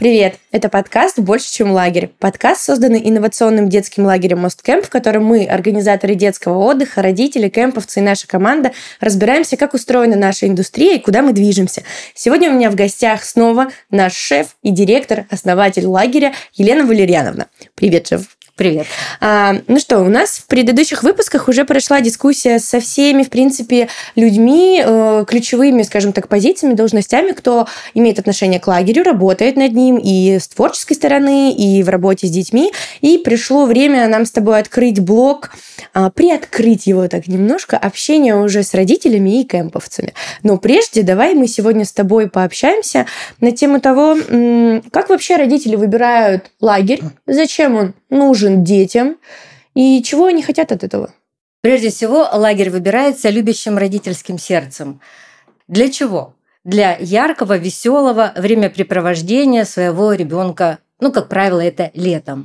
Привет! Это подкаст «Больше, чем лагерь». Подкаст, созданный инновационным детским лагерем «Мосткэмп», в котором мы, организаторы детского отдыха, родители, кэмповцы и наша команда, разбираемся, как устроена наша индустрия и куда мы движемся. Сегодня у меня в гостях снова наш шеф и директор, основатель лагеря Елена Валерьяновна. Привет, шеф! Привет. Ну что, у нас в предыдущих выпусках уже прошла дискуссия со всеми, в принципе, людьми, ключевыми, скажем так, позициями, должностями, кто имеет отношение к лагерю, работает над ним и с творческой стороны, и в работе с детьми. И пришло время нам с тобой открыть блок, приоткрыть его так немножко, общение уже с родителями и кэмповцами. Но прежде давай мы сегодня с тобой пообщаемся на тему того, как вообще родители выбирают лагерь, зачем он нужен детям и чего они хотят от этого. Прежде всего, лагерь выбирается любящим родительским сердцем. Для чего? Для яркого, веселого времяпрепровождения своего ребенка. Как правило, это летом.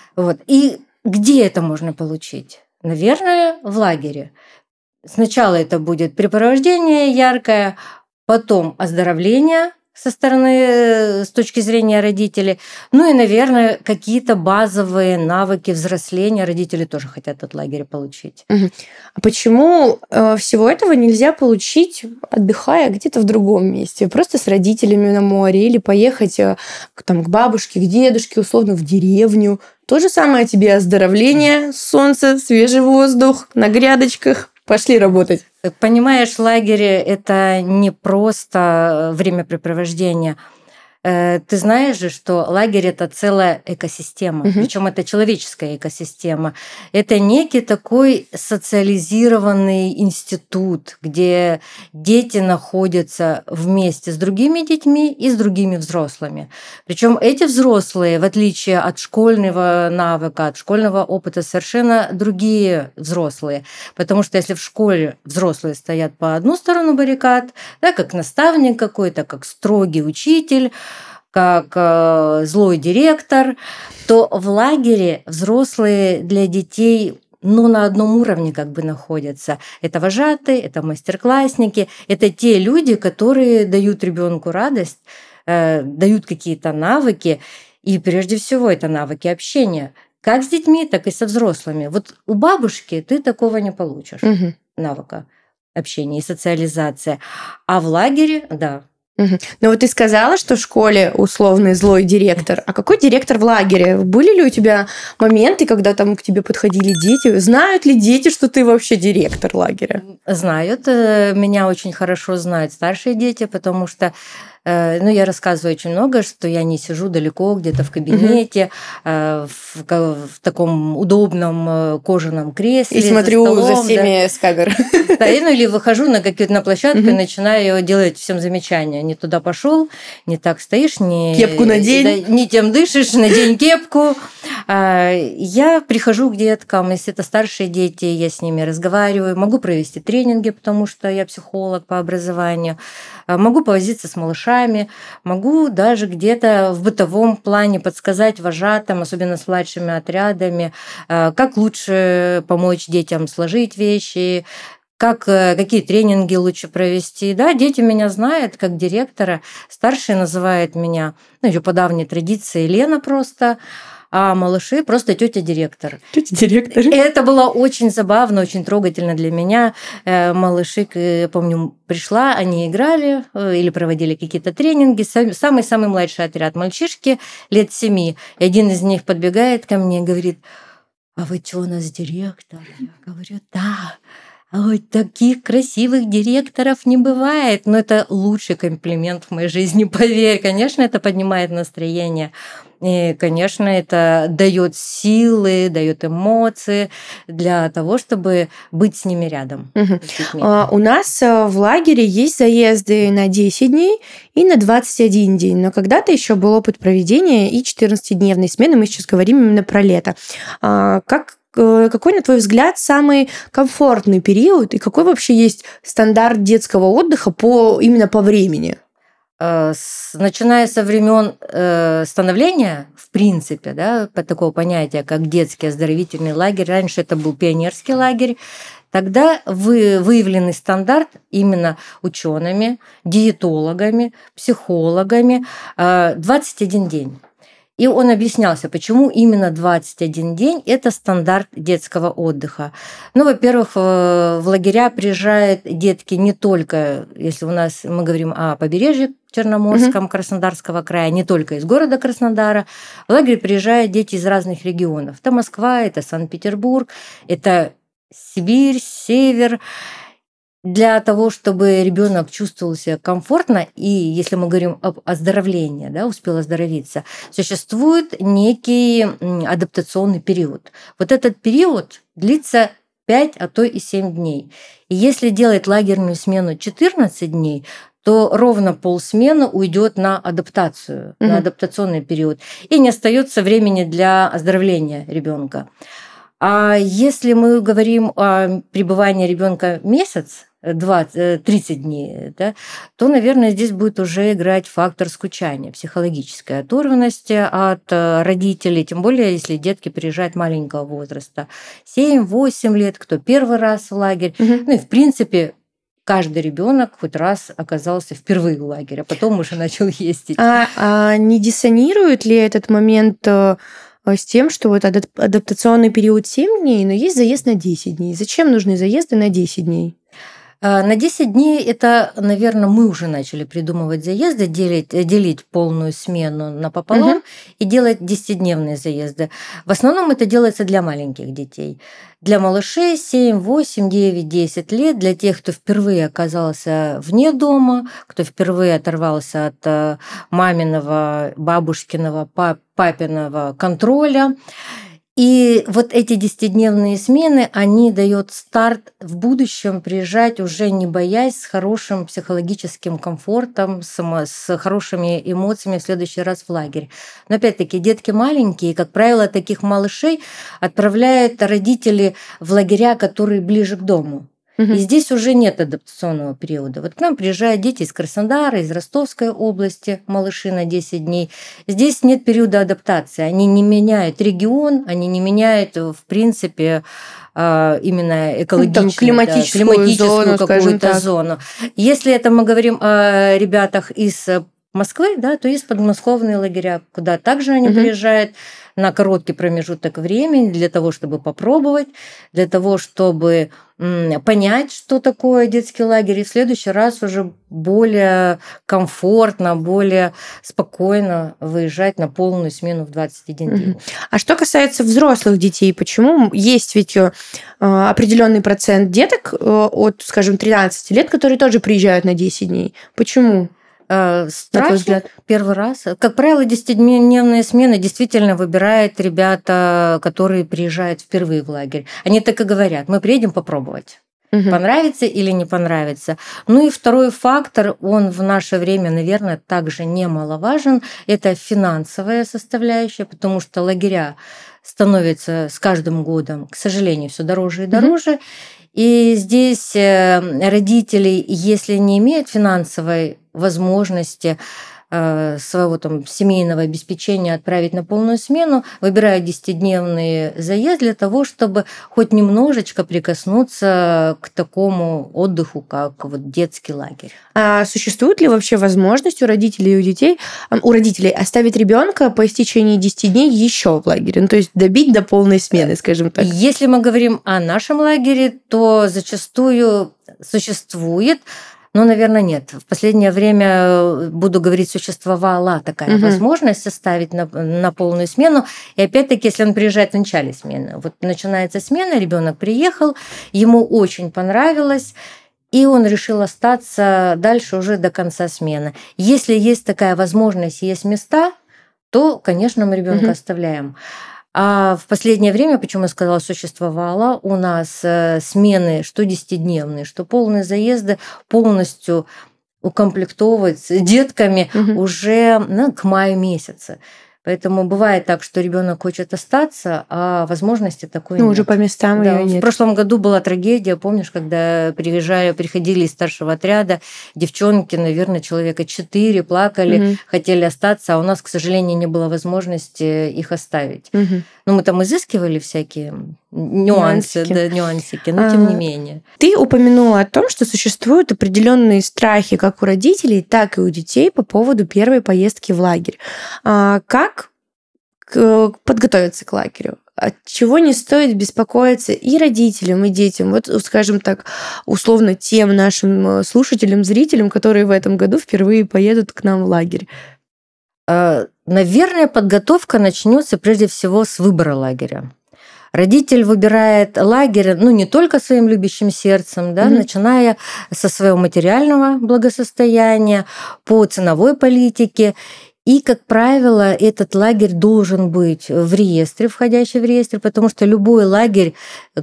И где это можно получить? Наверное, в лагере. Сначала это будет препровождение яркое, потом оздоровление со стороны, с точки зрения родителей. И, наверное, какие-то базовые навыки взросления родители тоже хотят от лагеря получить. А почему всего этого нельзя получить, отдыхая где-то в другом месте? Просто с родителями на море или поехать к бабушке, к дедушке, условно, в деревню. То же самое тебе оздоровление, солнце, свежий воздух, на грядочках. Пошли работать. Понимаешь, лагерь – это не просто времяпрепровождение. Ты знаешь же, что лагерь – это целая экосистема, причем это человеческая экосистема. Это некий такой социализированный институт, где дети находятся вместе с другими детьми и с другими взрослыми. Причем эти взрослые, в отличие от школьного навыка, от школьного опыта, совершенно другие взрослые. Потому что если в школе взрослые стоят по одну сторону баррикад, как наставник какой-то, как строгий учитель, как злой директор, то в лагере взрослые для детей на одном уровне находятся. Это вожатые, это мастер-классники, это те люди, которые дают ребенку радость, дают какие-то навыки, и прежде всего это навыки общения, как с детьми, так и со взрослыми. У бабушки ты такого не получишь, навыка общения и социализации. А в лагере, да. Ты сказала, что в школе условный злой директор. А какой директор в лагере? Были ли у тебя моменты, когда там к тебе подходили дети? Знают ли дети, что ты вообще директор лагеря? Знают. Меня очень хорошо знают старшие дети, потому что я рассказываю очень много, что я не сижу далеко где-то в кабинете, в таком удобном кожаном кресле. И смотрю за всеми с камер. Или выхожу на какую-то площадку и начинаю делать всем замечания. Не туда пошел, не так стоишь, кепку надень. Не тем дышишь, надень кепку. Я прихожу к деткам, если это старшие дети, я с ними разговариваю. Могу провести тренинги, потому что я психолог по образованию. Могу повозиться с малышами, могу даже где-то в бытовом плане подсказать вожатым, особенно с младшими отрядами, как лучше помочь детям сложить вещи, какие тренинги лучше провести. Да, дети меня знают как директора, старшие называют меня, еще по давней традиции, Лена просто, а малыши просто тетя директор. Тетя директор. Это было очень забавно, очень трогательно для меня. Малыши, я помню, пришла, они играли или проводили какие-то тренинги. Самый-самый младший отряд мальчишки лет 7. И один из них подбегает ко мне и говорит: «А вы что, у нас директор?» Я говорю: «Да». Таких красивых директоров не бывает. Но это лучший комплимент в моей жизни, поверь. Конечно, это поднимает настроение. И, конечно, это дает силы, дает эмоции для того, чтобы быть с ними рядом. У нас в лагере есть заезды на 10 дней и на 21 день. Но когда-то еще был опыт проведения и 14-дневной смены. Мы сейчас говорим именно про лето. Какой, на твой взгляд, самый комфортный период и какой вообще есть стандарт детского отдыха именно по времени? Начиная со времен становления, в принципе, такого понятия, как детский оздоровительный лагерь, раньше это был пионерский лагерь, тогда выявленный стандарт именно учеными, диетологами, психологами 21 день. И он объяснялся, почему именно 21 день – это стандарт детского отдыха. Ну, во-первых, в лагеря приезжают детки не только, если мы говорим о побережье Черноморском, Краснодарского края, не только из города Краснодара. В лагерь приезжают дети из разных регионов. Это Москва, это Санкт-Петербург, это Сибирь, Север. Для того, чтобы ребенок чувствовал себя комфортно, и если мы говорим об оздоровлении, успел оздоровиться, существует некий адаптационный период. Вот этот период длится 5, а то и 7 дней. И если делать лагерную смену 14 дней, то ровно полсмены уйдет на адаптацию, на адаптационный период, и не остается времени для оздоровления ребенка. А если мы говорим о пребывании ребенка месяц, 30 дней, то, наверное, здесь будет уже играть фактор скучания, психологической оторванности от родителей, тем более, если детки приезжают маленького возраста, 7-8 лет, кто первый раз в лагерь. Ну и, в принципе, каждый ребенок хоть раз оказался впервые в лагере, а потом уже начал ездить. А не диссонирует ли этот момент с тем, что вот адаптационный период 7 дней, но есть заезд на 10 дней? Зачем нужны заезды на 10 дней? На 10 дней это, наверное, мы уже начали придумывать заезды, делить полную смену напополам и делать 10-дневные заезды. В основном это делается для маленьких детей. Для малышей 7, 8, 9, 10 лет, для тех, кто впервые оказался вне дома, кто впервые оторвался от маминого, бабушкиного, папиного контроля. И вот эти 10-дневные смены, они дают старт в будущем приезжать уже не боясь, с хорошим психологическим комфортом, с хорошими эмоциями в следующий раз в лагерь. Но опять-таки детки маленькие, как правило, таких малышей отправляют родители в лагеря, которые ближе к дому. И здесь уже нет адаптационного периода. Вот к нам приезжают дети из Краснодара, из Ростовской области, малыши на 10 дней. Здесь нет периода адаптации. Они не меняют регион, они не меняют, в принципе, именно экологичную, климатическую какую-то зону. Если это мы говорим о ребятах из Москвы, то есть подмосковные лагеря, куда также они приезжают на короткий промежуток времени для того, чтобы попробовать, для того, чтобы понять, что такое детский лагерь, и в следующий раз уже более комфортно, более спокойно выезжать на полную смену в 21 день. А что касается взрослых детей, почему есть ведь определенный процент деток от, скажем, 13 лет, которые тоже приезжают на 10 дней? Почему? Страшно первый раз. Как правило, 10-дневные смены действительно выбирают ребята, которые приезжают впервые в лагерь. Они так и говорят: мы приедем попробовать. Понравится или не понравится. Ну и второй фактор, он в наше время, наверное, также немаловажен, это финансовая составляющая, потому что лагеря становятся с каждым годом, к сожалению, все дороже и дороже. И здесь родители, если не имеют финансовой возможности своего семейного обеспечения отправить на полную смену, выбирают 10-дневный заезд для того, чтобы хоть немножечко прикоснуться к такому отдыху, как детский лагерь. А существует ли вообще возможность у родителей и у родителей оставить ребенка по истечении 10 дней еще в лагере? То есть добить до полной смены, скажем так. Если мы говорим о нашем лагере, то зачастую существует. Но, наверное, нет. В последнее время, буду говорить, существовала такая возможность оставить на полную смену. И опять-таки, если он приезжает в начале смены, вот начинается смена, ребенок приехал, ему очень понравилось, и он решил остаться дальше уже до конца смены. Если есть такая возможность, есть места, то, конечно, мы ребенка оставляем. А в последнее время, почему я сказала, существовало, у нас смены, что 10-дневные, что полные заезды, полностью укомплектовывать с детками уже к маю месяца. Поэтому бывает так, что ребенок хочет остаться, а возможности такой нет. Уже по местам ее нет. В прошлом году была трагедия, помнишь, когда приходили из старшего отряда девчонки, наверное, человека 4, плакали, хотели остаться, а у нас, к сожалению, не было возможности их оставить. Мы там изыскивали всякие нюансики, но тем не менее. Ты упомянула о том, что существуют определенные страхи как у родителей, так и у детей по поводу первой поездки в лагерь. Как подготовиться к лагерю? От чего не стоит беспокоиться и родителям, и детям? Вот, скажем так, условно, тем нашим слушателям, зрителям, которые в этом году впервые поедут к нам в лагерь. Наверное, подготовка начнется прежде всего с выбора лагеря. Родитель выбирает лагерь, не только своим любящим сердцем, начиная со своего материального благосостояния, по ценовой политике. И, как правило, этот лагерь должен быть в реестре, входящий в реестр, потому что любой лагерь,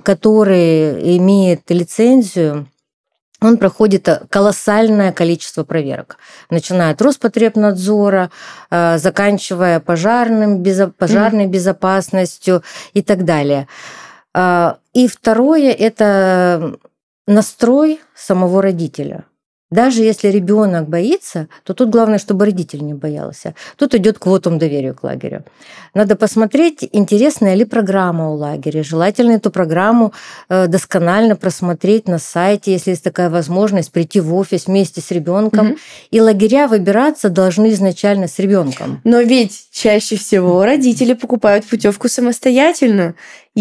который имеет лицензию, он проходит колоссальное количество проверок, начиная от Роспотребнадзора, заканчивая пожарной безопасностью и так далее. И второе – это настрой самого родителя. Даже если ребенок боится, то тут главное, чтобы родитель не боялся. Тут идет квотум доверия к лагерю. Надо посмотреть, интересная ли программа у лагеря. Желательно эту программу досконально просмотреть на сайте, если есть такая возможность, прийти в офис вместе с ребенком. И лагеря выбираться должны изначально с ребенком. Но ведь чаще всего родители покупают путевку самостоятельно.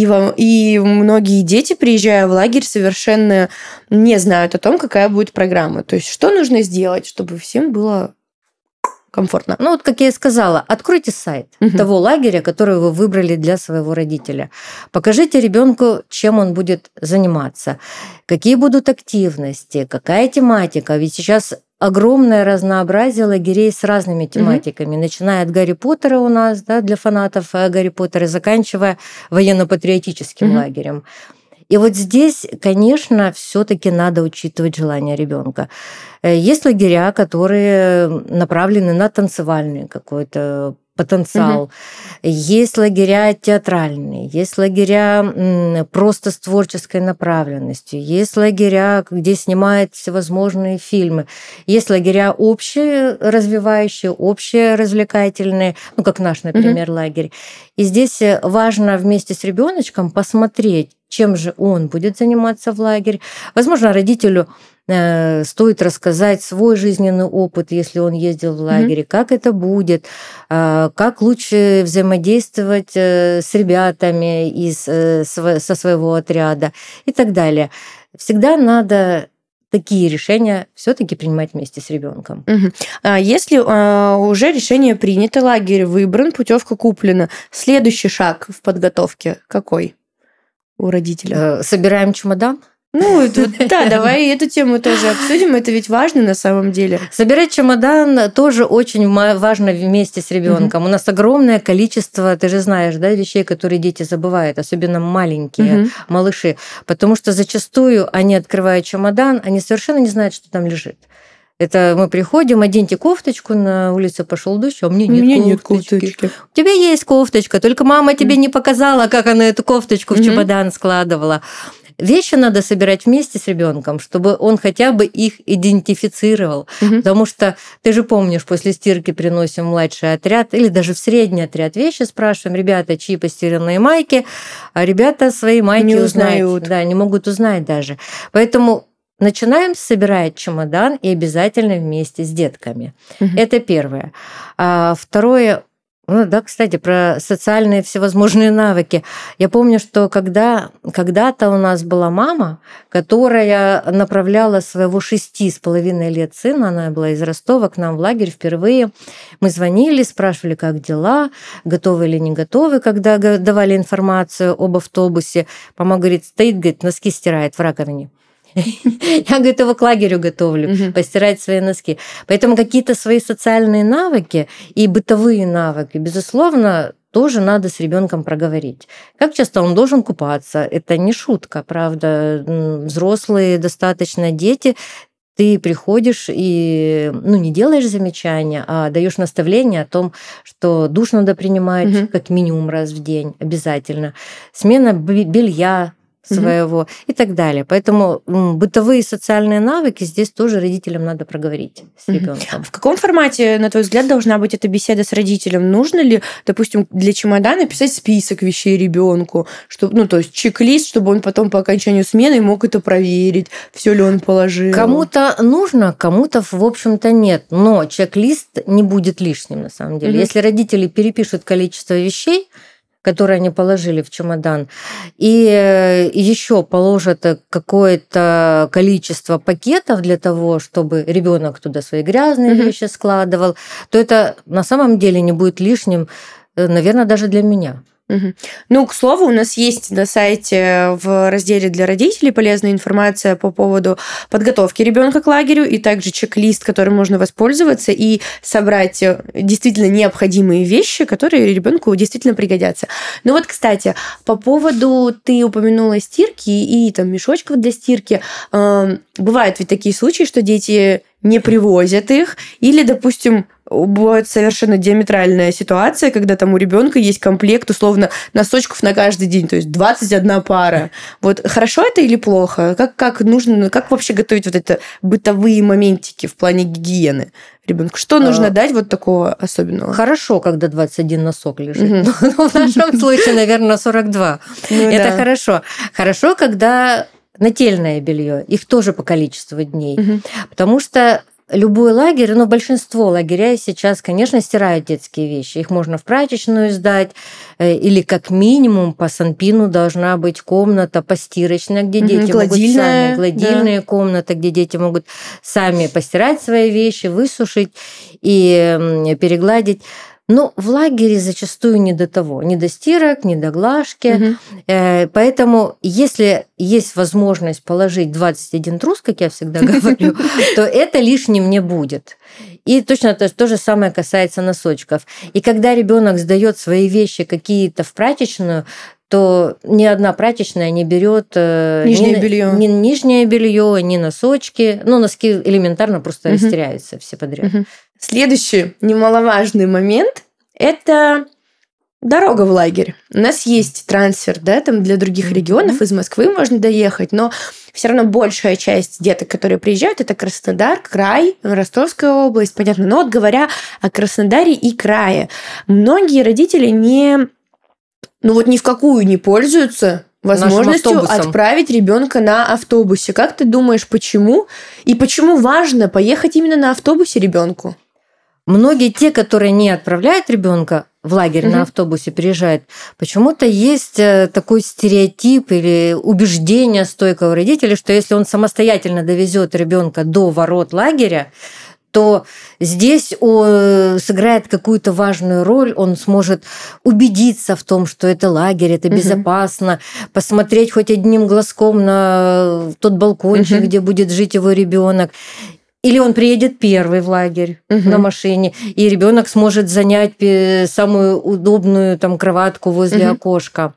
И многие дети, приезжая в лагерь, совершенно не знают о том, какая будет программа. То есть, что нужно сделать, чтобы всем было комфортно? Как я и сказала, откройте сайт того лагеря, который вы выбрали для своего родителя. Покажите ребенку, чем он будет заниматься, какие будут активности, какая тематика. Ведь сейчас огромное разнообразие лагерей с разными тематиками, начиная от Гарри Поттера у нас, для фанатов Гарри Поттера, заканчивая военно-патриотическим лагерем. И вот здесь, конечно, все-таки надо учитывать желание ребенка. Есть лагеря, которые направлены на танцевальный какой-то потенциал. Есть лагеря театральные, есть лагеря просто с творческой направленностью, есть лагеря, где снимают всевозможные фильмы, есть лагеря общие, развивающие, общие, развлекательные, как наш, например, лагерь. И здесь важно вместе с ребеночком посмотреть, чем же он будет заниматься в лагере. Возможно, родителю стоит рассказать свой жизненный опыт, если он ездил в лагере, как это будет, как лучше взаимодействовать с ребятами со своего отряда и так далее. Всегда надо такие решения все-таки принимать вместе с ребенком. Если уже решение принято, лагерь выбран, путевка куплена, следующий шаг в подготовке какой у родителя? Собираем чемодан. Давай эту тему тоже обсудим. Это ведь важно на самом деле. Собирать чемодан тоже очень важно вместе с ребенком. У нас огромное количество, ты же знаешь, вещей, которые дети забывают, особенно маленькие малыши, потому что зачастую они открывают чемодан, они совершенно не знают, что там лежит. Это мы приходим, оденьте кофточку, на улице пошел дождь, а у меня нет кофточки. У тебя есть кофточка, только мама тебе не показала, как она эту кофточку в чемодан складывала. Вещи надо собирать вместе с ребенком, чтобы он хотя бы их идентифицировал. Потому что ты же помнишь, после стирки приносим в младший отряд или даже в средний отряд вещи, спрашиваем, ребята, чьи постиранные майки, а ребята свои майки не узнают. Не могут узнать даже. Поэтому начинаем собирать чемодан и обязательно вместе с детками. Это первое. Второе. Кстати, про социальные всевозможные навыки. Я помню, что когда-то у нас была мама, которая направляла своего 6,5 лет сына, она была из Ростова, к нам в лагерь впервые. Мы звонили, спрашивали, как дела, готовы или не готовы, когда давали информацию об автобусе. Мама говорит, стоит, носки стирает в раковине. Я, его к лагерю готовлю, постирать свои носки. Поэтому какие-то свои социальные навыки и бытовые навыки, безусловно, тоже надо с ребенком проговорить. Как часто он должен купаться? Это не шутка, правда. Взрослые достаточно дети, ты приходишь и не делаешь замечания, а даешь наставление о том, что душ надо принимать как минимум раз в день обязательно. Смена белья своего и так далее. Поэтому бытовые социальные навыки здесь тоже родителям надо проговорить с ребенком. В каком формате, на твой взгляд, должна быть эта беседа с родителем? Нужно ли, допустим, для чемодана писать список вещей ребенку, чтобы, то есть чек-лист, чтобы он потом по окончанию смены мог это проверить, все ли он положил? Кому-то нужно, кому-то, в общем-то, нет. Но чек-лист не будет лишним, на самом деле. Если родители перепишут количество вещей, которые они положили в чемодан, и еще положат какое-то количество пакетов для того, чтобы ребенок туда свои грязные вещи складывал, то это на самом деле не будет лишним, наверное, даже для меня. К слову, у нас есть на сайте в разделе для родителей полезная информация по поводу подготовки ребенка к лагерю и также чек-лист, которым можно воспользоваться и собрать действительно необходимые вещи, которые ребенку действительно пригодятся. Кстати, по поводу, ты упомянула стирки и там мешочков для стирки. Бывают ведь такие случаи, что дети не привозят их, или, допустим, бывает совершенно диаметральная ситуация, когда там у ребенка есть комплект, условно, носочков на каждый день, то есть 21 пара. Хорошо это или плохо? Как вообще готовить это бытовые моментики в плане гигиены ребенку? Что нужно дать такого особенного? Хорошо, когда 21 носок лежит. В нашем случае, наверное, 42. Это хорошо. Хорошо, когда нательное белье, их тоже по количеству дней. Потому что любой лагерь, большинство лагерей сейчас, конечно, стирают детские вещи. Их можно в прачечную сдать, или как минимум по Санпину должна быть комната постирочная, где дети могут сами, гладильная комната, где дети могут сами постирать свои вещи, высушить и перегладить. Но в лагере зачастую не до того, ни до стирок, ни до глажки. Поэтому, если есть возможность положить 21 трус, как я всегда говорю, то это лишним не будет. И точно то же самое касается носочков. И когда ребенок сдает свои вещи какие-то в прачечную, то ни одна прачечная не берет ни нижнее белье, ни носочки. Носки элементарно просто растеряются все подряд. Следующий немаловажный момент – это дорога в лагерь. У нас есть трансфер, там для других регионов, из Москвы можно доехать, но все равно большая часть деток, которые приезжают, это Краснодар, край, Ростовская область, понятно. Но говоря о Краснодаре и крае, многие родители ни в какую не пользуются возможностью отправить ребенка на автобусе. Как ты думаешь, почему? И почему важно поехать именно на автобусе ребенку? Многие те, которые не отправляют ребенка в лагерь на автобусе, приезжают, почему-то есть такой стереотип или убеждение стойкого родителя, что если он самостоятельно довезет ребенка до ворот лагеря, то здесь он сыграет какую-то важную роль, он сможет убедиться в том, что это лагерь, это безопасно, посмотреть хоть одним глазком на тот балкончик, где будет жить его ребенок. Или он приедет первый в лагерь на машине, и ребенок сможет занять самую удобную кроватку возле окошка.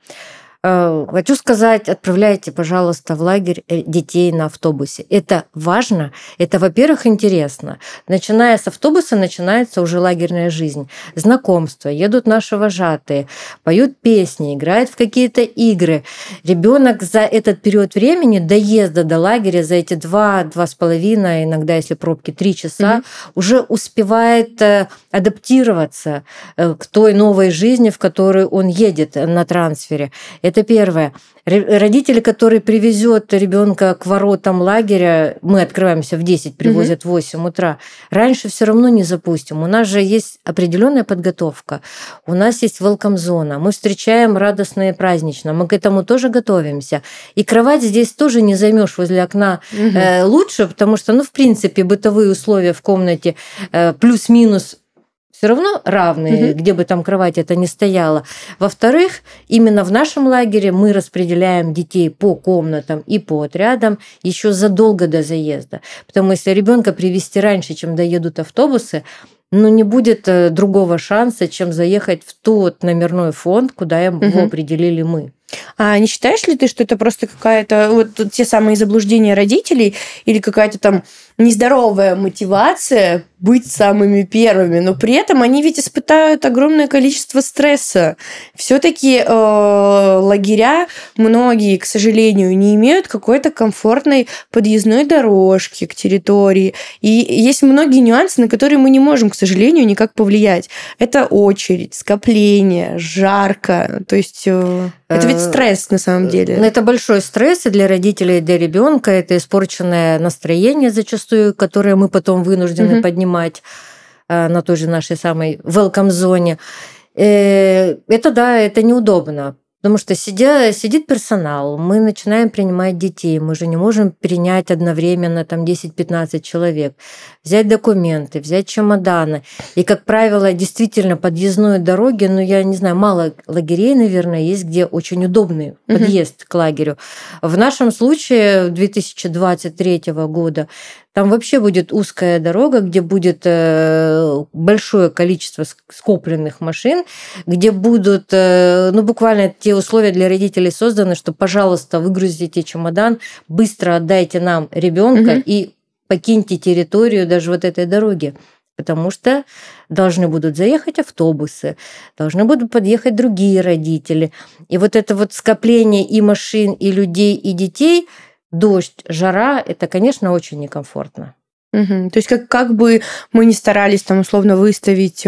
Хочу сказать, отправляйте, пожалуйста, в лагерь детей на автобусе. Это важно, это, во-первых, интересно. Начиная с автобуса, начинается уже лагерная жизнь. Знакомства, едут наши вожатые, поют песни, играют в какие-то игры. Ребенок за этот период времени доезда до лагеря, за эти 2-2,5, иногда, если пробки, 3 часа, уже успевает адаптироваться к той новой жизни, в которую он едет на трансфере. Это первое. Родители, которые привезет ребенка к воротам лагеря, мы открываемся в 10, привозят в 8 утра, раньше все равно не запустим. У нас же есть определенная подготовка, у нас есть welcome-зона, мы встречаем радостно и празднично, мы к этому тоже готовимся. И кровать здесь тоже не займешь возле окна лучше, потому что, в принципе, бытовые условия в комнате плюс-минус все равно равные, где бы там кровать это ни стояла. Во-вторых, именно в нашем лагере мы распределяем детей по комнатам и по отрядам еще задолго до заезда. Потому что если ребенка привезти раньше, чем доедут автобусы, не будет другого шанса, чем заехать в тот номерной фонд, куда его определили мы. А не считаешь ли ты, что это просто какая-то те самые заблуждения родителей или какая-то там нездоровая мотивация быть самыми первыми, но при этом они ведь испытают огромное количество стресса. Все-таки лагеря многие, к сожалению, не имеют какой-то комфортной подъездной дорожки к территории. И есть многие нюансы, на которые мы не можем, к сожалению, никак повлиять. Это очередь, скопление, жарко. То есть это ведь стресс на самом деле. Это большой стресс и для родителей, и для ребенка. Это испорченное настроение зачастую, которое мы потом вынуждены поднимать на той же нашей самой welcome-зоне. Это да, это неудобно. Потому что сидит персонал, мы начинаем принимать детей, мы же не можем принять одновременно там 10-15 человек, взять документы, взять чемоданы. И, как правило, действительно подъездной дороги, я не знаю, мало лагерей, наверное, есть, где очень удобный подъезд к лагерю. В нашем случае 2023 года там вообще будет узкая дорога, где будет большое количество скопленных машин, где будут буквально те условия для родителей созданы, что, пожалуйста, выгрузите чемодан, быстро отдайте нам ребенка и покиньте территорию даже вот этой дороги. Потому что должны будут заехать автобусы, должны будут подъехать другие родители. И вот это вот скопление и машин, и людей, и детей – дождь, жара, это, конечно, очень некомфортно. То есть как бы мы ни старались там условно выставить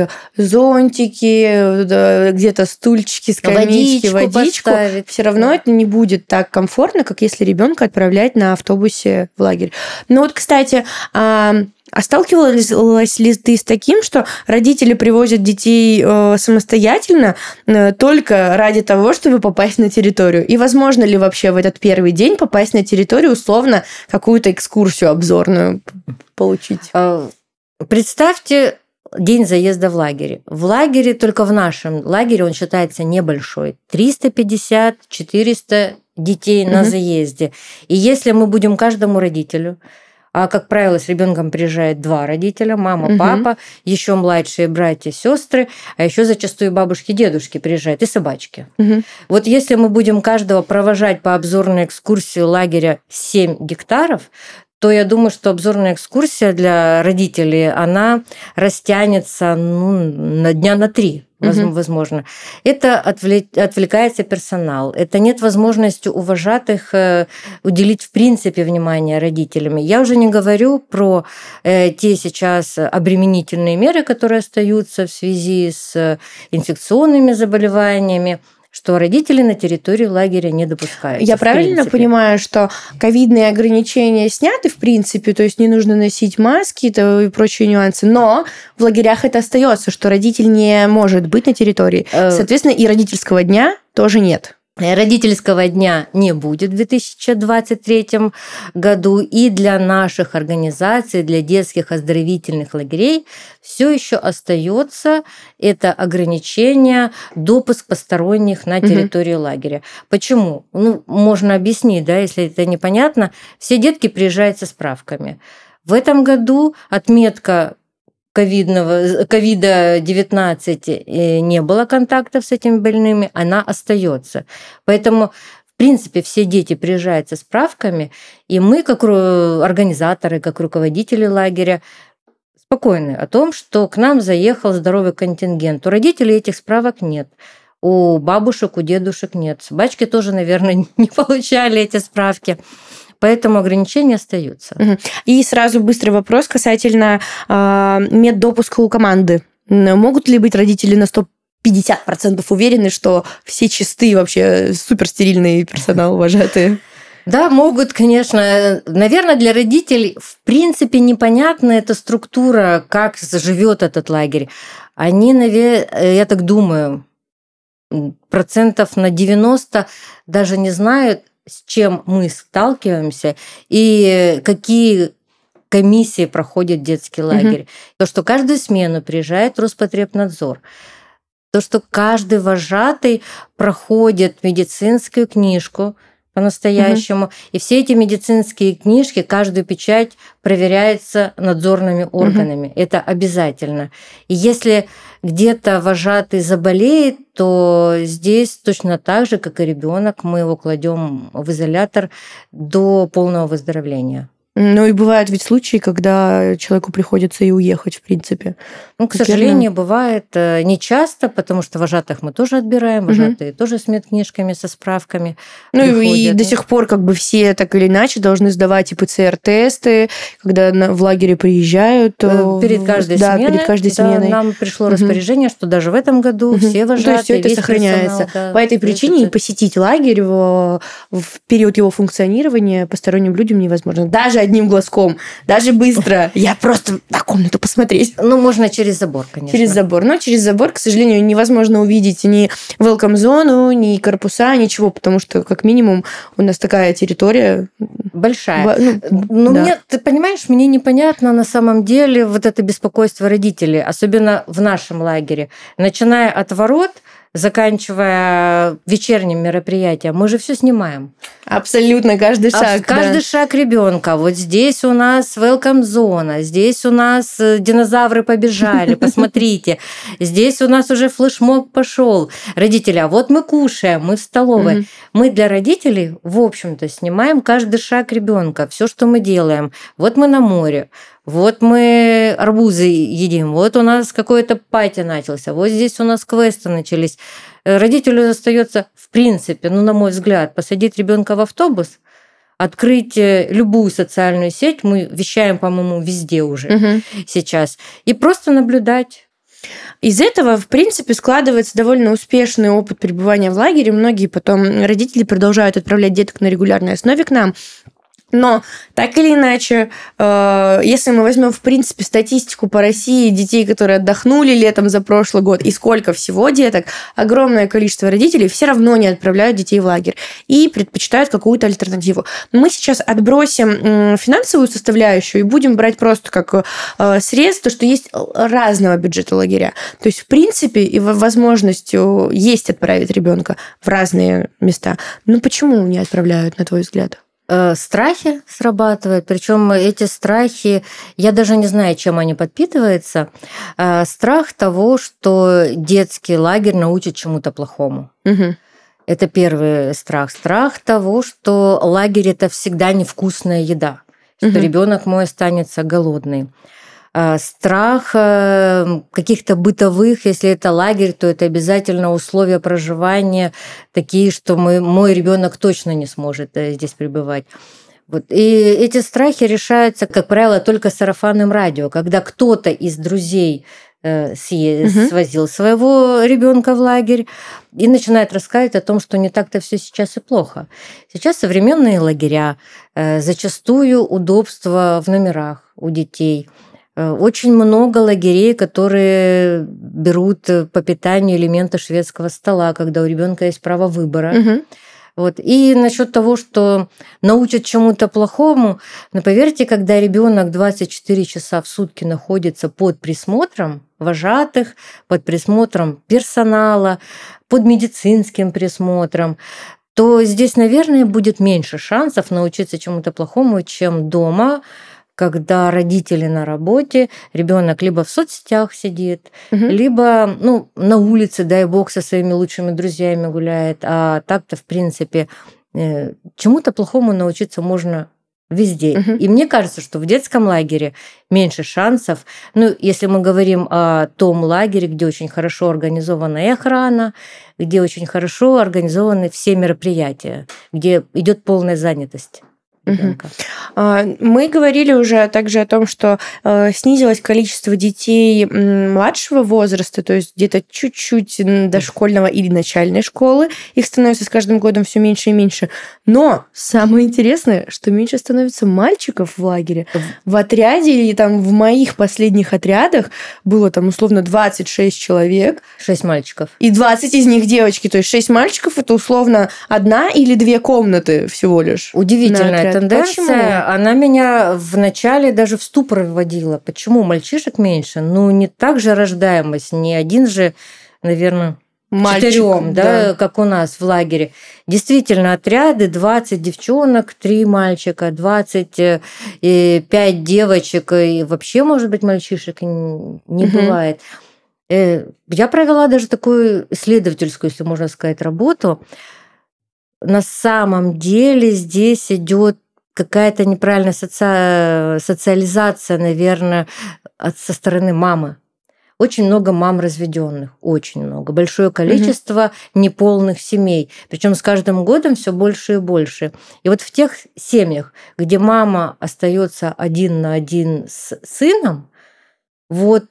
зонтики, где-то стульчики, скамеечки, водичку, все равно это не будет так комфортно, как если ребенка отправлять на автобусе в лагерь. Но вот, кстати, а сталкивалась ли ты с таким, что родители привозят детей самостоятельно только ради того, чтобы попасть на территорию? И возможно ли вообще в этот первый день попасть на территорию, условно, какую-то экскурсию обзорную получить? Представьте день заезда в лагере. В лагере, только в нашем лагере, он считается небольшой. 350-400 детей на заезде. И если мы будем каждому родителю... А, как правило, с ребенком приезжает 2 родителя, мама, папа, еще младшие братья, сестры, а еще зачастую бабушки, дедушки приезжают и собачки. Вот если мы будем каждого провожать по обзорной экскурсии лагеря 7 гектаров, то я думаю, что обзорная экскурсия для родителей, она растянется на дня на 3. Возможно. Это отвлекается персонал. Это нет возможности у вожатых уделить в принципе внимание родителям. Я уже не говорю про те сейчас обременительные меры, которые остаются в связи с инфекционными заболеваниями, что родители на территории лагеря не допускаются. Я правильно понимаю, что ковидные ограничения сняты в принципе, то есть не нужно носить маски и прочие нюансы, но в лагерях это остается, что родитель не может быть на территории. Соответственно, и родительского дня тоже нет. Родительского дня не будет в 2023 году, и для наших организаций, для детских оздоровительных лагерей все еще остается это ограничение допуск посторонних на территорию лагеря. Почему? Можно объяснить, если это непонятно. Все детки приезжают со справками. В этом году отметка ковида-19 не было контактов с этими больными, она остается. Поэтому, в принципе, все дети приезжают со справками, и мы, как организаторы, как руководители лагеря, спокойны о том, что к нам заехал здоровый контингент. У родителей этих справок нет. У бабушек, у дедушек нет. Собачки тоже, наверное, не получали эти справки. Поэтому ограничения остаются. И сразу быстрый вопрос касательно меддопуска у команды. Могут ли быть родители на 150% уверены, что все чистые, вообще суперстерильный персонал, вожатые? Да, могут, конечно. Наверное, для родителей в принципе непонятна эта структура, как живет этот лагерь. Они, я так думаю, 90% даже не знают, с чем мы сталкиваемся и какие комиссии проходит детский лагерь. То, что каждую смену приезжает Роспотребнадзор, то, что каждый вожатый проходит медицинскую книжку по-настоящему, и все эти медицинские книжки, каждую печать проверяется надзорными органами. Это обязательно. И если где-то вожатый заболеет, то здесь точно так же, как и ребенок, мы его кладем в изолятор до полного выздоровления. Ну и бывают ведь случаи, когда человеку приходится и уехать, в принципе. Ну, к сожалению, бывает не часто, потому что вожатых мы тоже отбираем, вожатые тоже с медкнижками, со справками приходят. И до сих пор все так или иначе должны сдавать и ПЦР-тесты, когда в лагере приезжают. Перед каждой сменой. Перед каждой сменой. Нам пришло распоряжение, что даже в этом году все вожатые, то есть все это сохраняется. По этой причине посетить лагерь в период его функционирования посторонним людям невозможно. Даже одним глазком, даже быстро. Я просто на комнату посмотреть. Ну, можно через забор, конечно. Через забор. Но через забор, к сожалению, невозможно увидеть ни welcome-зону, ни корпуса, ничего, потому что, как минимум, у нас такая территория... Большая. Мне, ты понимаешь, мне непонятно на самом деле вот это беспокойство родителей, особенно в нашем лагере. Начиная от ворот, заканчивая вечерним мероприятием, мы же все снимаем. Абсолютно, каждый шаг. Каждый шаг ребенка. Вот здесь у нас welcome зона, здесь у нас динозавры побежали, посмотрите. Здесь у нас уже флешмоб пошел. Родители, а вот мы кушаем, мы в столовой. Мы для родителей, в общем-то, снимаем каждый шаг ребенка, все, что мы делаем. Вот мы на море. Вот мы арбузы едим, вот у нас какой-то пати начался, вот здесь у нас квесты начались. Родителю остается, в принципе, на мой взгляд, посадить ребенка в автобус, открыть любую социальную сеть, мы вещаем, по-моему, везде уже сейчас, и просто наблюдать. Из этого, в принципе, складывается довольно успешный опыт пребывания в лагере. Многие потом родители продолжают отправлять деток на регулярной основе к нам. Но так или иначе, если мы возьмем, в принципе, статистику по России детей, которые отдохнули летом за прошлый год, и сколько всего деток, огромное количество родителей все равно не отправляют детей в лагерь и предпочитают какую-то альтернативу. Мы сейчас отбросим финансовую составляющую и будем брать просто как срез то, что есть разного бюджета лагеря. То есть, в принципе, и возможность есть отправить ребенка в разные места. Но почему не отправляют, на твой взгляд? Страхи срабатывают, причем эти страхи, я даже не знаю, чем они подпитываются. Страх того, что детский лагерь научит чему-то плохому. Это первый страх. Страх того, что лагерь это всегда невкусная еда, что ребенок мой останется голодный. Страх каких-то бытовых, если это лагерь, то это обязательно условия проживания такие, что мой ребенок точно не сможет здесь пребывать. Вот. И эти страхи решаются, как правило, только сарафанным радио, когда кто-то из друзей свозил своего ребенка в лагерь и начинает рассказывать о том, что не так-то все сейчас и плохо. Сейчас современные лагеря, зачастую удобства в номерах у детей. Очень много лагерей, которые берут по питанию элементы шведского стола, когда у ребенка есть право выбора. Вот. И насчет того, что научат чему-то плохому, но поверьте, когда ребенок 24 часа в сутки находится под присмотром вожатых, под присмотром персонала, под медицинским присмотром, то здесь, наверное, будет меньше шансов научиться чему-то плохому, чем дома, когда родители на работе, ребенок либо в соцсетях сидит, либо на улице, дай бог, со своими лучшими друзьями гуляет. А так-то, в принципе, чему-то плохому научиться можно везде. И мне кажется, что в детском лагере меньше шансов. Если мы говорим о том лагере, где очень хорошо организована и охрана, где очень хорошо организованы все мероприятия, где идет полная занятость ребенка. Мы говорили уже также о том, что снизилось количество детей младшего возраста, то есть где-то чуть-чуть дошкольного или начальной школы. Их становится с каждым годом все меньше и меньше. Но самое интересное, что меньше становится мальчиков в лагере. В отряде или в моих последних отрядах было условно 26 человек. 6 мальчиков. И 20 из них девочки. То есть 6 мальчиков – это условно 1 или 2 комнаты всего лишь. Удивительная тенденция. Почему? Она меня вначале даже в ступор вводила. Почему мальчишек меньше? Не так же рождаемость, не один же, наверное, мальчик, 4, да, как у нас в лагере. Действительно, отряды 20 девчонок, 3 мальчика, 25 девочек, и вообще, может быть, мальчишек не бывает. Я провела даже такую исследовательскую, если можно сказать, работу. На самом деле здесь идет какая-то неправильная социализация, наверное, со стороны мамы. Очень много мам разведенных, очень много. Большое количество неполных семей. Причем с каждым годом все больше и больше. И вот в тех семьях, где мама остается один на один с сыном, вот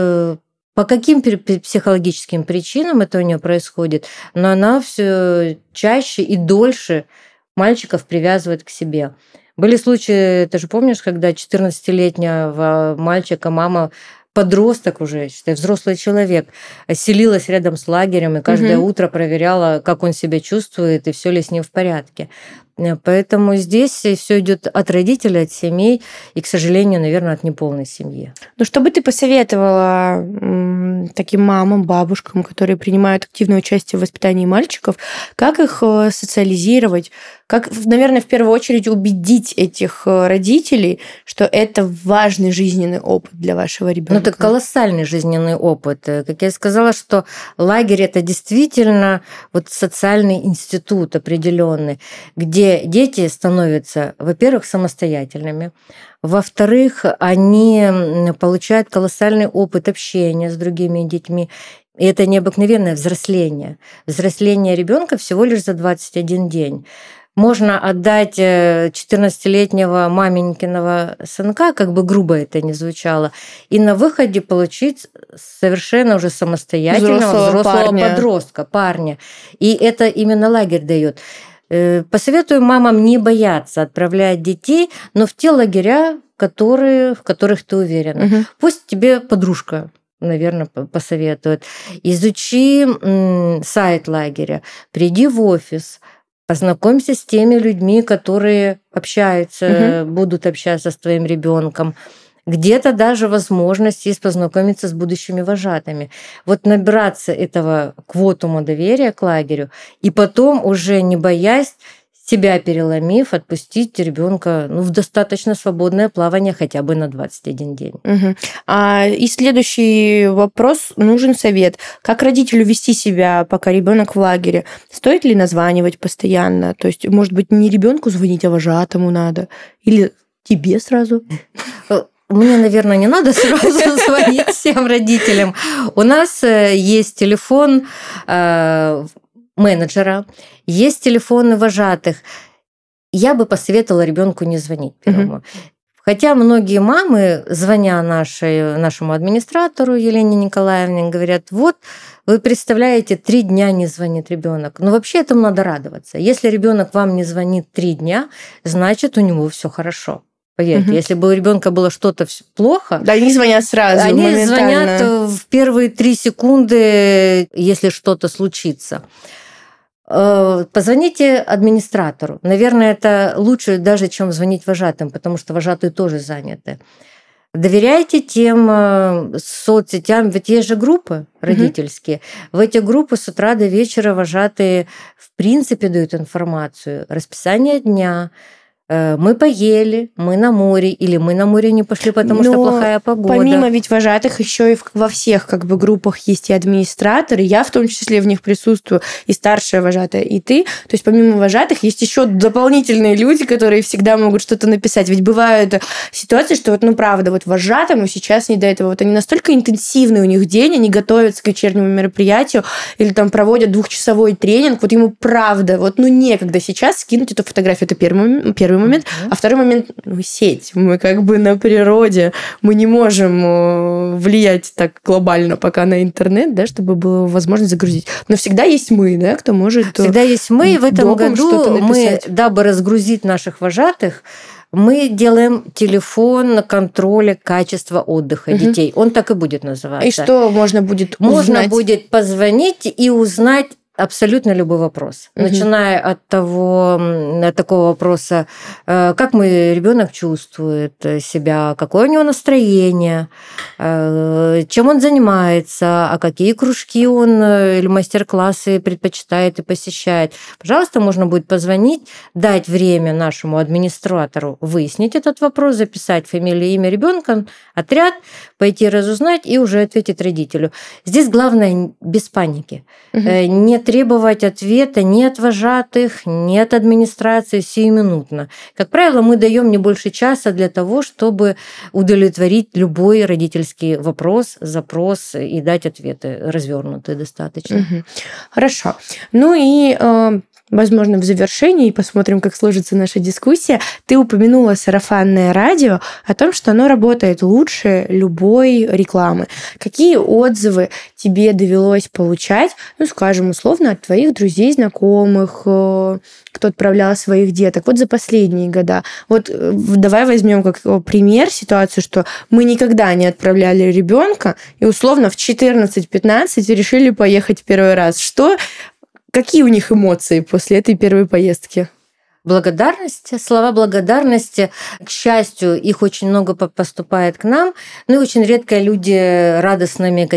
по каким психологическим причинам это у нее происходит, но она все чаще и дольше мальчиков привязывает к себе. Были случаи, ты же помнишь, когда 14-летнего мальчика мама, подросток уже, считай, взрослый человек, селилась рядом с лагерем и каждое утро проверяла, как он себя чувствует и все ли с ним в порядке. Поэтому здесь все идет от родителей, от семей и, к сожалению, наверное, от неполной семьи. Ну, что бы ты посоветовала таким мамам, бабушкам, которые принимают активное участие в воспитании мальчиков, как их социализировать, как, наверное, в первую очередь убедить этих родителей, что это важный жизненный опыт для вашего ребенка? Ну, это колоссальный жизненный опыт. Как я сказала, что лагерь – это действительно вот социальный институт определенный, где дети становятся, во-первых, самостоятельными, во-вторых, они получают колоссальный опыт общения с другими детьми. И это необыкновенное взросление. Взросление ребенка всего лишь за 21 день. Можно отдать 14-летнего маменькиного сынка, как бы грубо это ни звучало, и на выходе получить совершенно уже самостоятельного взрослого подростка, парня. И это именно лагерь дает. Посоветую мамам не бояться отправлять детей, но в те лагеря, в которых ты уверена. Пусть тебе подружка, наверное, посоветует. Изучи сайт лагеря, приди в офис, познакомься с теми людьми, которые общаются, будут общаться с твоим ребенком. Где-то даже возможность есть познакомиться с будущими вожатыми. Вот набраться этого квотума доверия к лагерю, и потом, уже не боясь, себя переломив, отпустить ребенка в достаточно свободное плавание хотя бы на 21 день. И следующий вопрос, нужен совет. Как родителю вести себя, пока ребенок в лагере? Стоит ли названивать постоянно? То есть, может быть, не ребенку звонить, а вожатому надо? Или тебе сразу? Мне, наверное, не надо сразу звонить всем родителям. У нас есть телефон менеджера, есть телефоны вожатых. Я бы посоветовала ребенку не звонить первому. Хотя многие мамы, звоня нашему администратору Елене Николаевне, говорят: вот вы представляете, 3 дня не звонит ребенок. Но вообще этому надо радоваться. Если ребенок вам не звонит 3 дня, значит, у него все хорошо. Поверьте, если бы у ребенка было что-то плохо, да, они звонят сразу, они моментально. Звонят в первые 3 секунды, если что-то случится. Позвоните администратору. Наверное, это лучше даже, чем звонить вожатым, потому что вожатые тоже заняты. Доверяйте тем соцсетям, ведь есть же группы родительские. В эти группы с утра до вечера вожатые в принципе дают информацию, расписание дня. Мы поели, мы на море, или мы на море не пошли, потому что плохая погода. Помимо ведь вожатых, еще и во всех группах есть и администраторы, я в том числе в них присутствую, и старшая вожатая, и ты. То есть помимо вожатых есть еще дополнительные люди, которые всегда могут что-то написать. Ведь бывают ситуации, что правда, вожатому сейчас не до этого. Они настолько интенсивный у них день, они готовятся к вечернему мероприятию или там проводят 2-часовой тренинг, ему правда, некогда сейчас скинуть эту фотографию. Это первый момент. А второй момент, сеть. Мы на природе. Мы не можем влиять так глобально пока на интернет, да, чтобы была возможность загрузить. Но всегда есть мы, да, кто может... Всегда есть мы. И в этом году мы, дабы разгрузить наших вожатых, мы делаем телефон контроля качества отдыха детей. Он так и будет называться. И что можно будет узнать? Можно будет позвонить и узнать абсолютно любой вопрос, начиная от такого вопроса, как мой ребенок чувствует себя, какое у него настроение, чем он занимается, а какие кружки он или мастер-классы предпочитает и посещает. Пожалуйста, можно будет позвонить, дать время нашему администратору выяснить этот вопрос, записать фамилию, имя ребенка, отряд, пойти разузнать и уже ответить родителю. Здесь главное без паники. Нет требовать ответа ни от вожатых, ни от администрации сиюминутно. Как правило, мы даем не больше часа для того, чтобы удовлетворить любой родительский вопрос, запрос и дать ответы развернутые достаточно. Хорошо. Ну и возможно, в завершении, посмотрим, как сложится наша дискуссия, ты упомянула сарафанное радио, о том, что оно работает лучше любой рекламы. Какие отзывы тебе довелось получать, ну, скажем, условно, от твоих друзей, знакомых, кто отправлял своих деток, вот за последние года? Вот давай возьмем как пример ситуацию, что мы никогда не отправляли ребенка, и условно в 14-15 решили поехать первый раз. Какие у них эмоции после этой первой поездки? Благодарности, слова благодарности. К счастью, их очень много поступает к нам, ну и очень редко люди радостными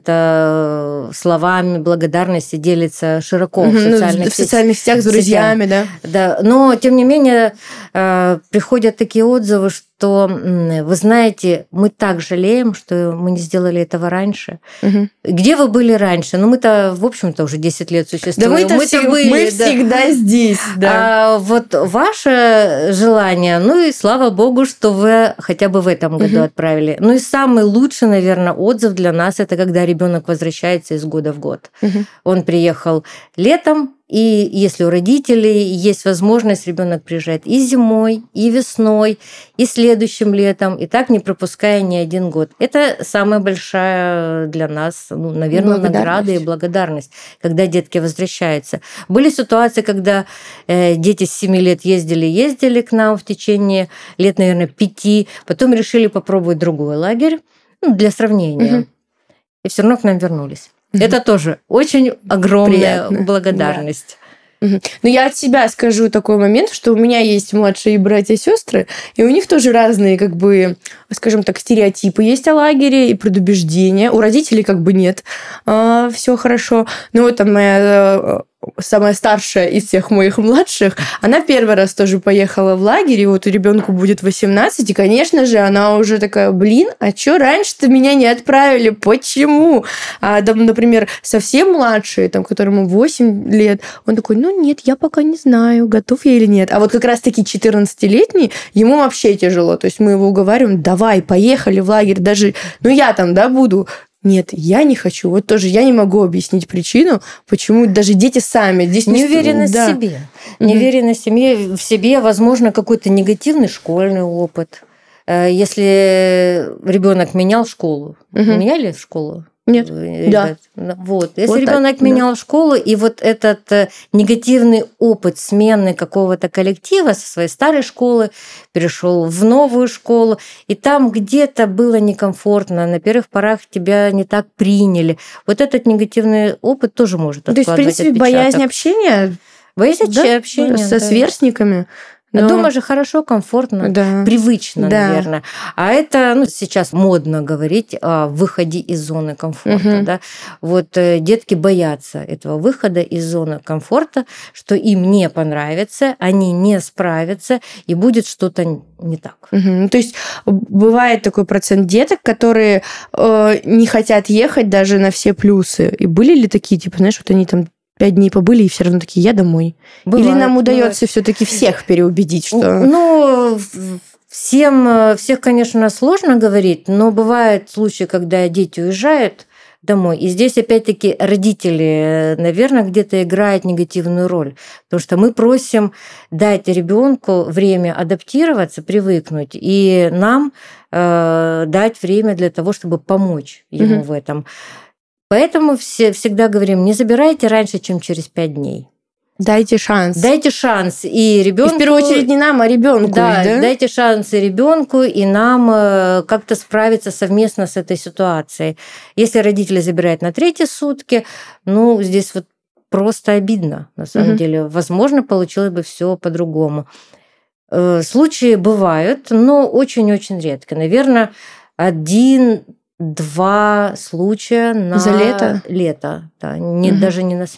какими-то словами благодарности делятся широко в социальных сетях с друзьями, да? Да, но тем не менее приходят такие отзывы, что, вы знаете, мы так жалеем, что мы не сделали этого раньше. Где вы были раньше? Ну, мы-то, в общем-то, уже 10 лет существуем. Да мы всегда здесь, да. Вот ваше желание, ну и слава богу, что вы хотя бы в этом году отправили. Ну и самый лучший, наверное, отзыв для нас – это когда ребенок возвращается из года в год. Он приехал летом, и если у родителей есть возможность, ребенок приезжает и зимой, и весной, и следующим летом, и так не пропуская ни один год. Это самая большая для нас, наверное, награда и благодарность, когда детки возвращаются. Были ситуации, когда дети с 7 лет ездили к нам в течение лет, наверное, 5, потом решили попробовать другой лагерь, для сравнения, и все равно к нам вернулись. Это тоже очень огромная благодарность. Но я от себя скажу такой момент, что у меня есть младшие братья и сестры, и у них тоже разные, скажем так, стереотипы есть о лагере и предубеждения. У родителей нет. Все хорошо. Но вот там моя самая старшая из всех моих младших, она первый раз тоже поехала в лагерь, и вот ребенку будет 18, и, конечно же, она уже такая, а чё раньше-то меня не отправили? Почему? А там, например, совсем младший, которому 8 лет, он такой, нет, я пока не знаю, готов я или нет. А вот как раз-таки 14-летний, ему вообще тяжело. То есть мы его уговариваем, давай, поехали в лагерь, даже, я там, буду. Нет, я не хочу. Вот тоже я не могу объяснить причину, почему даже дети сами здесь неуверенность в себе. Неуверенность в себе, возможно, какой-то негативный школьный опыт. Если ребенок менял школу, меняли школу? Нет. Ребят? Да. Вот. Если ребенок менял школу, и вот этот негативный опыт смены какого-то коллектива со своей старой школы перешел в новую школу, и там где-то было некомфортно, на первых порах тебя не так приняли. Вот этот негативный опыт тоже может откладывать отпечаток. То есть, в принципе, боязнь общения? Боязнь общения со сверстниками? Дома же хорошо, комфортно, привычно, наверное. А это, сейчас модно говорить о выходе из зоны комфорта. Да? Вот детки боятся этого выхода из зоны комфорта, что им не понравится, они не справятся, и будет что-то не так. То есть бывает такой процент деток, которые не хотят ехать даже на все плюсы. И были ли такие, вот они там 5 дней побыли, и все равно такие, я домой. Бывает, или нам удается все-таки всех переубедить, что... Всех, конечно, сложно говорить, но бывают случаи, когда дети уезжают домой. И здесь, опять-таки, родители, наверное, где-то играют негативную роль. Потому что мы просим дать ребенку время адаптироваться, привыкнуть, и нам дать время для того, чтобы помочь ему в этом. Поэтому всегда говорим, не забирайте раньше, чем через 5 дней. Дайте шанс. Дайте шанс и ребенку. В первую очередь не нам, а ребенку. Да, дайте шанс и ребенку, и нам как-то справиться совместно с этой ситуацией. Если родители забирают на 3-е сутки, здесь просто обидно, на самом деле. Возможно, получилось бы все по-другому. Случаи бывают, но очень-очень редко. Наверное, 1-2 случая на за лето, да, даже не на смену.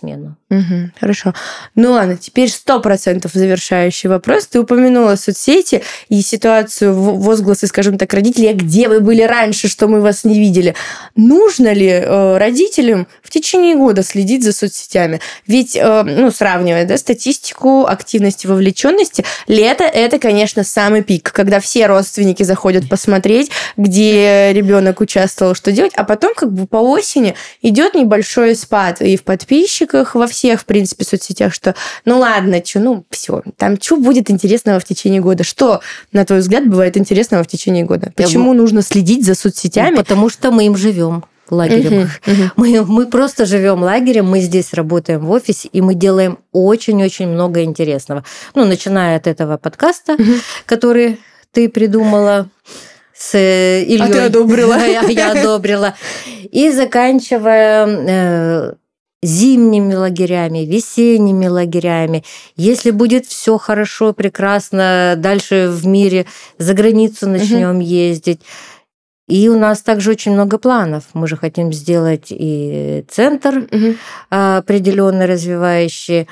Угу, хорошо. Ну ладно, теперь 100% завершающий вопрос. Ты упомянула соцсети и ситуацию, возгласы, скажем так, родителей, а где вы были раньше, что мы вас не видели. Нужно ли родителям в течение года следить за соцсетями? Ведь, сравнивая, да, статистику активности, вовлеченности, лето – это, конечно, самый пик, когда все родственники заходят посмотреть, где ребенок участвовал, что делать, а потом как бы по осени идет небольшой спад и в подписчиках, во всех, в принципе, соцсетях, что ладно, все, там что будет интересного в течение года? Что, на твой взгляд, бывает интересного в течение года? Почему нужно следить за соцсетями? Потому что мы им живем. Лагерем. Мы просто живем лагерем, мы здесь работаем в офисе, и мы делаем очень-очень много интересного. Начиная от этого подкаста, который ты придумала с Ильей. А ты одобрила. Я одобрила. И заканчивая зимними лагерями, весенними лагерями. Если будет все хорошо, прекрасно, дальше в мире за границу начнем ездить. И у нас также очень много планов. Мы же хотим сделать и центр определенно развивающий.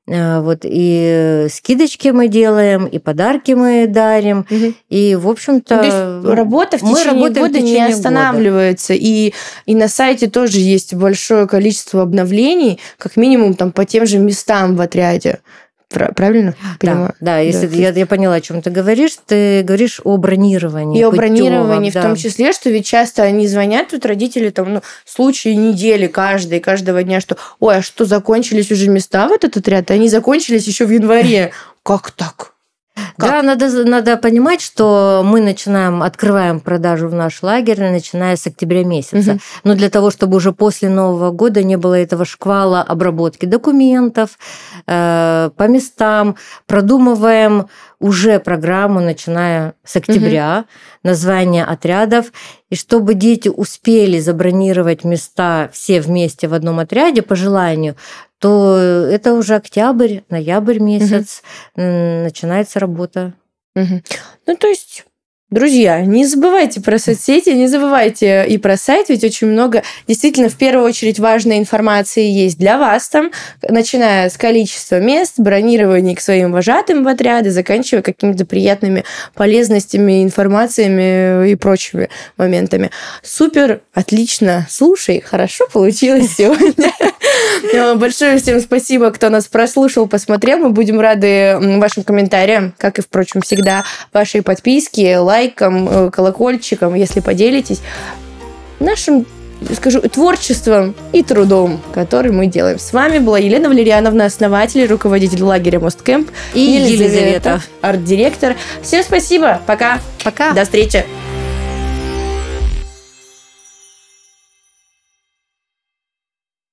И скидочки мы делаем, и подарки мы дарим. И, в общем-то... То есть работа в течение года не останавливается. И на сайте тоже есть большое количество обновлений, как минимум там по тем же местам в отряде. Правильно? Да, если я поняла, о чем ты говоришь о бронировании. И о бронировании в том числе, что ведь часто они звонят, тут родители там, случаи недели каждого дня, что ой, а что, закончились уже места в этот отряд? Они закончились еще в январе. Как так? Да, надо понимать, что мы открываем продажу в наш лагерь, начиная с октября месяца. Но для того, чтобы уже после Нового года не было этого шквала обработки документов по местам, продумываем уже программу, начиная с октября, название отрядов. И чтобы дети успели забронировать места все вместе в одном отряде по желанию, то это уже октябрь, ноябрь месяц, начинается работа. То есть... Друзья, не забывайте про соцсети, не забывайте и про сайт, ведь очень много действительно в первую очередь важной информации есть для вас там, начиная с количества мест, бронирований к своим вожатым в отряды, заканчивая какими-то приятными полезностями, информациями и прочими моментами. Супер, отлично, слушай, хорошо получилось сегодня. Большое всем спасибо, кто нас прослушал, посмотрел. Мы будем рады вашим комментариям, как и, впрочем, всегда, вашей подписке, лайкам, колокольчикам, если поделитесь нашим, творчеством и трудом, который мы делаем. С вами была Елена Валерьяновна, основатель и руководитель лагеря Мосткэмп, и Елизавета, арт-директор. Всем спасибо, пока. Пока. До встречи.